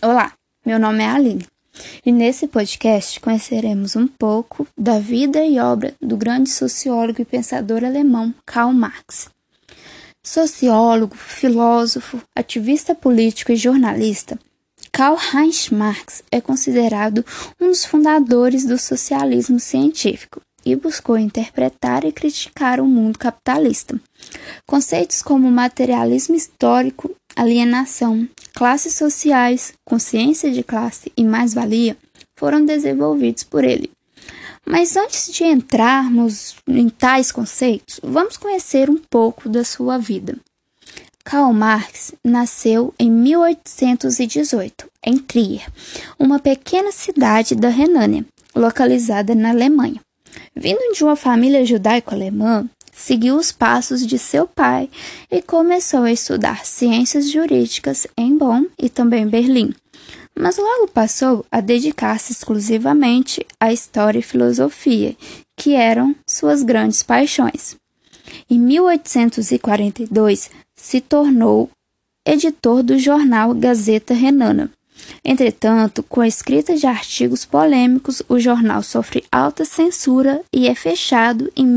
Olá, meu nome é Aline e nesse podcast conheceremos um pouco da vida e obra do grande sociólogo e pensador alemão Karl Marx. Sociólogo, filósofo, ativista político e jornalista, Karl Heinz Marx é considerado um dos fundadores do socialismo científico e buscou interpretar e criticar o mundo capitalista. Conceitos como materialismo histórico, alienação, classes sociais, consciência de classe e mais-valia foram desenvolvidos por ele. Mas antes de entrarmos em tais conceitos, vamos conhecer um pouco da sua vida. Karl Marx nasceu em 1818, em Trier, uma pequena cidade da Renânia, localizada na Alemanha. Vindo de uma família judaico-alemã, seguiu os passos de seu pai e começou a estudar ciências jurídicas em Bonn e também em Berlim. Mas logo passou a dedicar-se exclusivamente à história e filosofia, que eram suas grandes paixões. Em 1842, se tornou editor do jornal Gazeta Renana. Entretanto, com a escrita de artigos polêmicos, o jornal sofre alta censura e é fechado em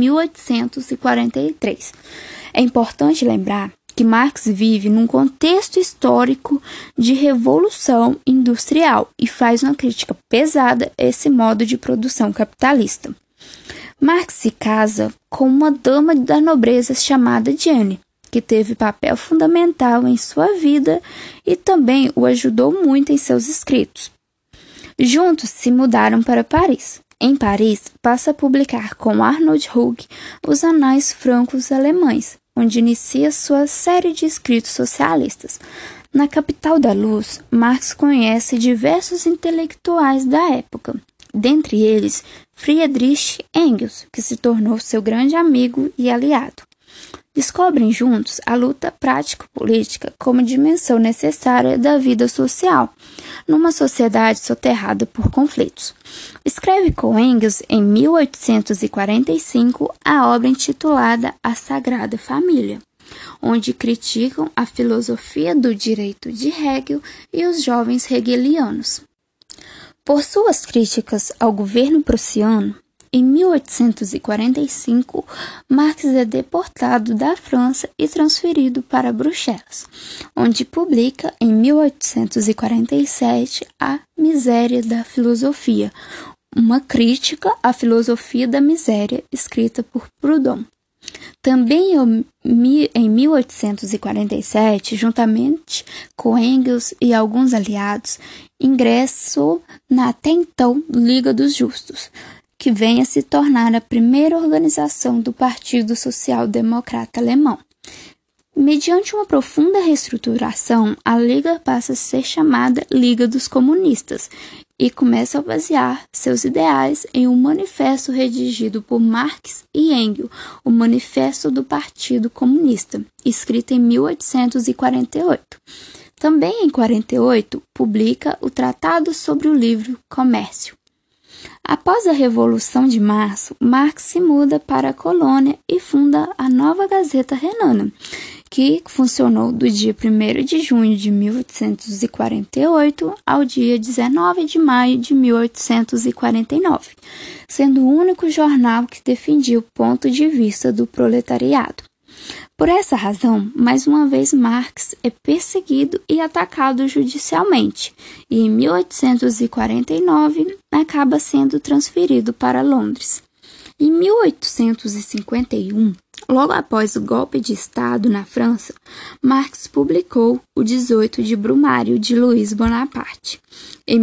1843. É importante lembrar que Marx vive num contexto histórico de revolução industrial e faz uma crítica pesada a esse modo de produção capitalista. Marx se casa com uma dama da nobreza chamada Jane, que teve papel fundamental em sua vida e também o ajudou muito em seus escritos. Juntos se mudaram para Paris. Em Paris, passa a publicar com Arnold Hug os Anais Francos Alemães, onde inicia sua série de escritos socialistas. Na capital da luz, Marx conhece diversos intelectuais da época, dentre eles Friedrich Engels, que se tornou seu grande amigo e aliado. Descobrem juntos a luta prático-política como dimensão necessária da vida social, numa sociedade soterrada por conflitos. Escreve com Engels, em 1845, a obra intitulada A Sagrada Família, onde criticam a filosofia do direito de Hegel e os jovens hegelianos. Por suas críticas ao governo prussiano, em 1845, Marx é deportado da França e transferido para Bruxelas, onde publica, em 1847, A Miséria da Filosofia, uma crítica à filosofia da miséria, escrita por Proudhon. Também em 1847, juntamente com Engels e alguns aliados, ingressou na até então Liga dos Justos, que vem a se tornar a primeira organização do Partido Social Democrata Alemão. Mediante uma profunda reestruturação, a Liga passa a ser chamada Liga dos Comunistas e começa a basear seus ideais em um manifesto redigido por Marx e Engels, o Manifesto do Partido Comunista, escrito em 1848. Também em 1948, publica o Tratado sobre o Livre Comércio. Após a Revolução de Março, Marx se muda para a colônia e funda a nova Gazeta Renana, que funcionou do dia 1º de junho de 1848 ao dia 19 de maio de 1849, sendo o único jornal que defendia o ponto de vista do proletariado. Por essa razão, mais uma vez Marx é perseguido e atacado judicialmente, e em 1849 acaba sendo transferido para Londres. Em 1851, logo após o golpe de Estado na França, Marx publicou o 18 de Brumário de Luiz Bonaparte. Em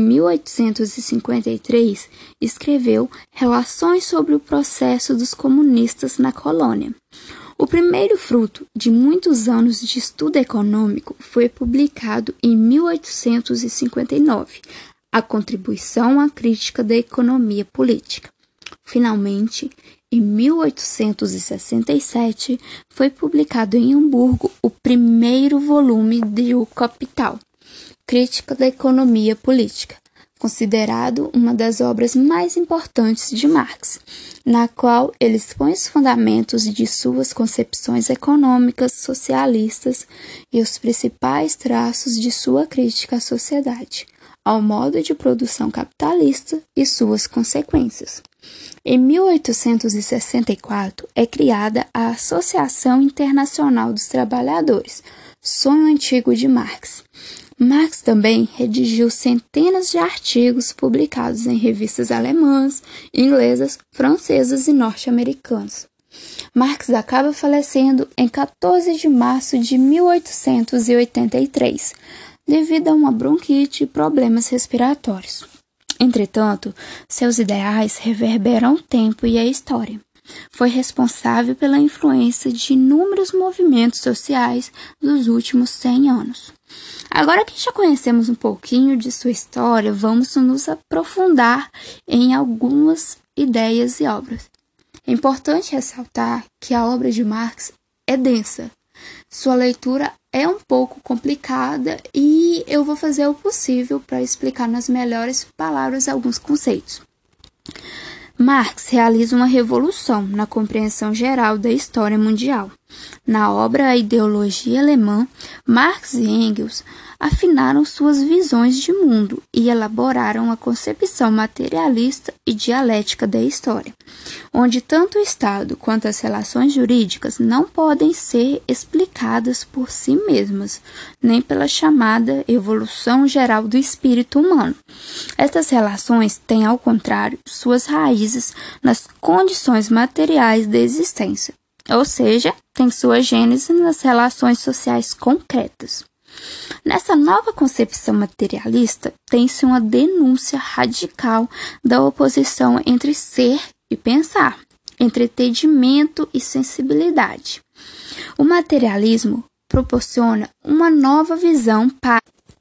1853, escreveu Relações sobre o processo dos comunistas na colônia. O primeiro fruto de muitos anos de estudo econômico foi publicado em 1859, A Contribuição à Crítica da Economia Política. Finalmente, em 1867, foi publicado em Hamburgo o primeiro volume de O Capital, Crítica da Economia Política, considerado uma das obras mais importantes de Marx, na qual ele expõe os fundamentos de suas concepções econômicas socialistas e os principais traços de sua crítica à sociedade. ao modo de produção capitalista e suas consequências. Em 1864 é criada a Associação Internacional dos Trabalhadores, sonho antigo de Marx. Marx também redigiu centenas de artigos publicados em revistas alemãs, inglesas, francesas e norte-americanas. Marx acaba falecendo em 14 de março de 1883, devido a uma bronquite e problemas respiratórios. Entretanto, seus ideais reverberam o tempo e a história. Foi responsável pela influência de inúmeros movimentos sociais dos últimos 100 anos. Agora que já conhecemos um pouquinho de sua história, vamos nos aprofundar em algumas ideias e obras. É importante ressaltar que a obra de Marx é densa. Sua leitura é um pouco complicada e eu vou fazer o possível para explicar nas melhores palavras alguns conceitos. Marx realiza uma revolução na compreensão geral da história mundial. Na obra A Ideologia Alemã, Marx e Engels afinaram suas visões de mundo e elaboraram a concepção materialista e dialética da história, onde tanto o Estado quanto as relações jurídicas não podem ser explicadas por si mesmas, nem pela chamada evolução geral do espírito humano. Estas relações têm, ao contrário, suas raízes nas condições materiais da existência, ou seja, têm sua gênese nas relações sociais concretas. Nessa nova concepção materialista, tem-se uma denúncia radical da oposição entre ser e pensar, entre entendimento e sensibilidade. O materialismo proporciona uma nova visão para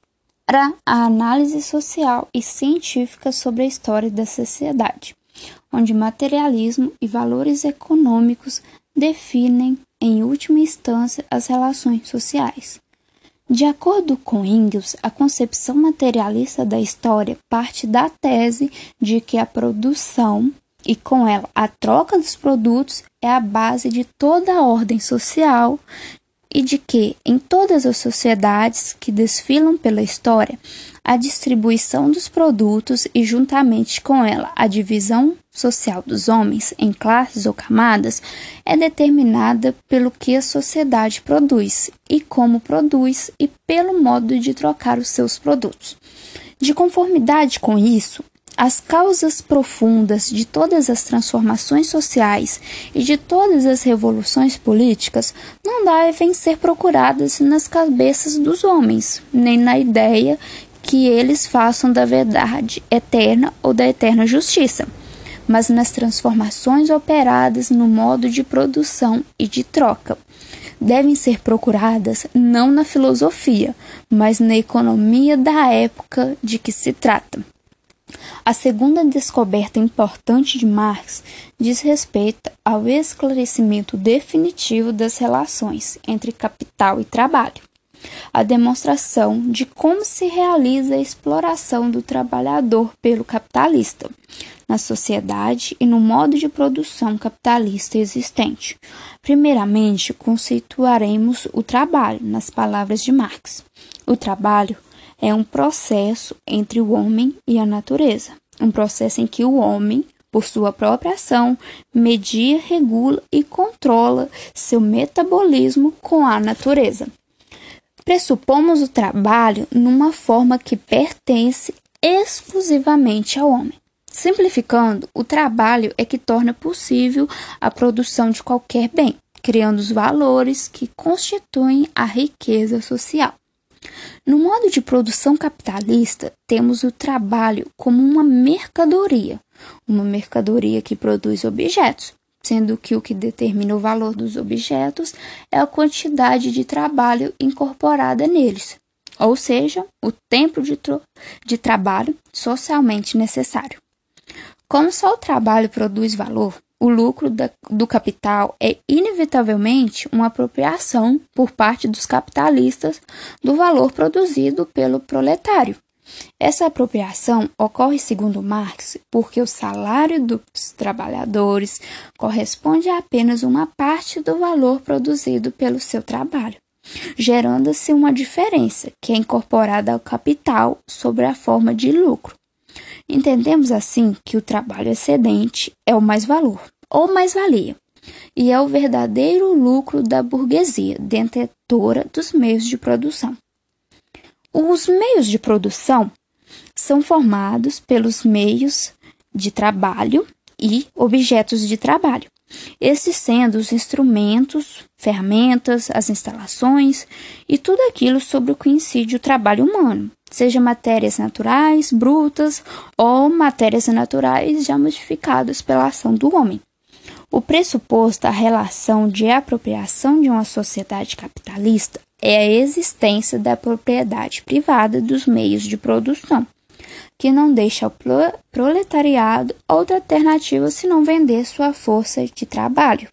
a análise social e científica sobre a história da sociedade, onde materialismo e valores econômicos definem, em última instância, as relações sociais. De acordo com Engels, a concepção materialista da história parte da tese de que a produção e, com ela, a troca dos produtos é a base de toda a ordem social e de que, em todas as sociedades que desfilam pela história, a distribuição dos produtos e, juntamente com ela, a divisão social dos homens em classes ou camadas é determinada pelo que a sociedade produz e como produz e pelo modo de trocar os seus produtos. De conformidade com isso, as causas profundas de todas as transformações sociais e de todas as revoluções políticas não devem ser procuradas nas cabeças dos homens, nem na ideia que eles façam da verdade eterna ou da eterna justiça, mas nas transformações operadas no modo de produção e de troca. Devem ser procuradas não na filosofia, mas na economia da época de que se trata. A segunda descoberta importante de Marx diz respeito ao esclarecimento definitivo das relações entre capital e trabalho, a demonstração de como se realiza a exploração do trabalhador pelo capitalista na sociedade e no modo de produção capitalista existente. Primeiramente, conceituaremos o trabalho, nas palavras de Marx. O trabalho é um processo entre o homem e a natureza, um processo em que o homem, por sua própria ação, media, regula e controla seu metabolismo com a natureza. Pressupomos o trabalho numa forma que pertence exclusivamente ao homem. Simplificando, o trabalho é que torna possível a produção de qualquer bem, criando os valores que constituem a riqueza social. No modo de produção capitalista, temos o trabalho como uma mercadoria que produz objetos, sendo que o que determina o valor dos objetos é a quantidade de trabalho incorporada neles, ou seja, o tempo de trabalho socialmente necessário. Como só o trabalho produz valor, o lucro do capital é inevitavelmente uma apropriação por parte dos capitalistas do valor produzido pelo proletário. Essa apropriação ocorre, segundo Marx, porque o salário dos trabalhadores corresponde a apenas uma parte do valor produzido pelo seu trabalho. gerando-se uma diferença que é incorporada ao capital sob a forma de lucro. Entendemos assim que o trabalho excedente é o mais-valor, ou mais-valia, e é o verdadeiro lucro da burguesia, detentora dos meios de produção. Os meios de produção são formados pelos meios de trabalho e objetos de trabalho, esses sendo os instrumentos, ferramentas, as instalações e tudo aquilo sobre o que incide o trabalho humano, seja matérias naturais, brutas ou matérias naturais já modificadas pela ação do homem. O pressuposto à relação de apropriação de uma sociedade capitalista é a existência da propriedade privada dos meios de produção, que não deixa ao proletariado outra alternativa senão vender sua força de trabalho.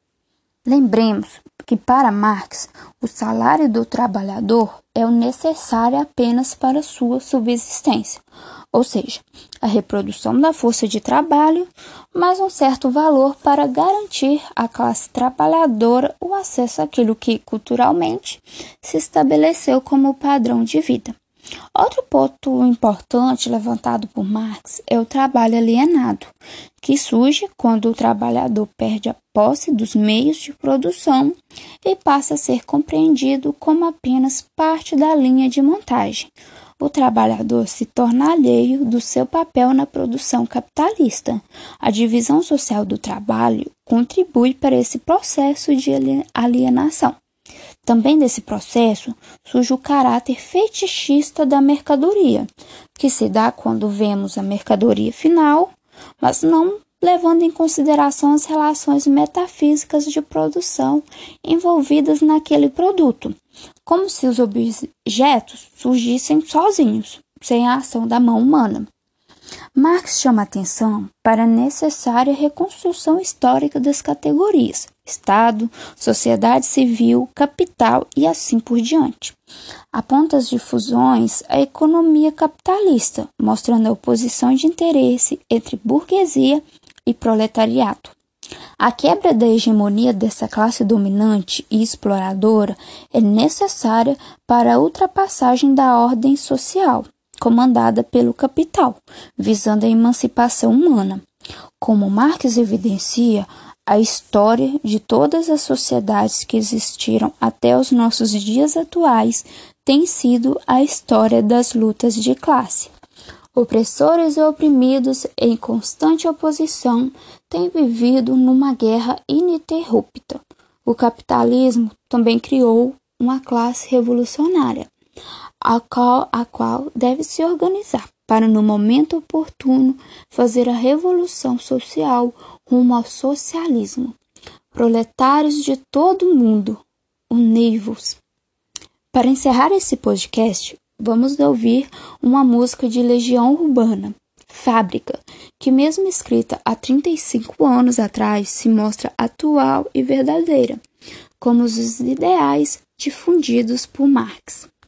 Lembremos que, para Marx, o salário do trabalhador é o necessário apenas para sua subsistência, ou seja, a reprodução da força de trabalho, mas um certo valor para garantir à classe trabalhadora o acesso àquilo que, culturalmente, se estabeleceu como padrão de vida. Outro ponto importante levantado por Marx é o trabalho alienado, que surge quando o trabalhador perde a posse dos meios de produção e passa a ser compreendido como apenas parte da linha de montagem. O trabalhador se torna alheio do seu papel na produção capitalista. A divisão social do trabalho contribui para esse processo de alienação. Também desse processo surge o caráter fetichista da mercadoria, que se dá quando vemos a mercadoria final, mas não levando em consideração as relações metafísicas de produção envolvidas naquele produto, como se os objetos surgissem sozinhos, sem a ação da mão humana. Marx chama atenção para a necessária reconstrução histórica das categorias Estado, sociedade civil, capital e assim por diante. Aponta as difusões à economia capitalista, mostrando a oposição de interesse entre burguesia e proletariado. A quebra da hegemonia dessa classe dominante e exploradora é necessária para a ultrapassagem da ordem social, comandada pelo capital, visando a emancipação humana. Como Marx evidencia, a história de todas as sociedades que existiram até os nossos dias atuais tem sido a história das lutas de classe. Opressores e oprimidos, em constante oposição, têm vivido numa guerra ininterrupta. O capitalismo também criou uma classe revolucionária, a qual deve se organizar para, no momento oportuno, fazer a revolução social rumo ao socialismo. Proletários de todo o mundo, unei-vos. Para encerrar esse podcast, vamos ouvir uma música de Legião Urbana, Fábrica, que mesmo escrita há 35 anos atrás, se mostra atual e verdadeira, como os ideais difundidos por Marx.